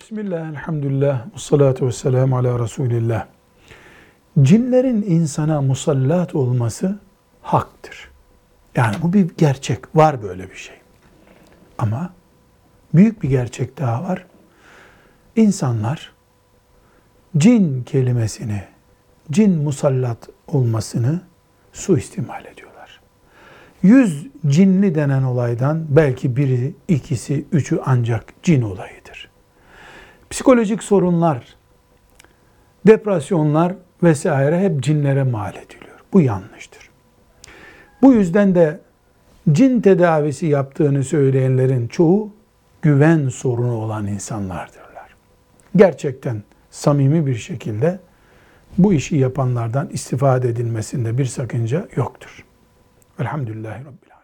Bismillah, elhamdülillah, ve salatu ve selamu ala Resulillah. Cinlerin insana musallat olması haktır. Yani bu bir gerçek, var böyle bir şey. Ama büyük bir gerçek daha var. İnsanlar cin kelimesini, cin musallat olmasını suistimal ediyorlar. 100 cinli denen olaydan belki biri, ikisi, üçü ancak cin olayıdır. Psikolojik sorunlar, depresyonlar vesaire hep cinlere mal ediliyor. Bu yanlıştır. Bu yüzden de cin tedavisi yaptığını söyleyenlerin çoğu güven sorunu olan insanlardırlar. Gerçekten samimi bir şekilde bu işi yapanlardan istifade edilmesinde bir sakınca yoktur. Elhamdülillahi Rabbil Alemin.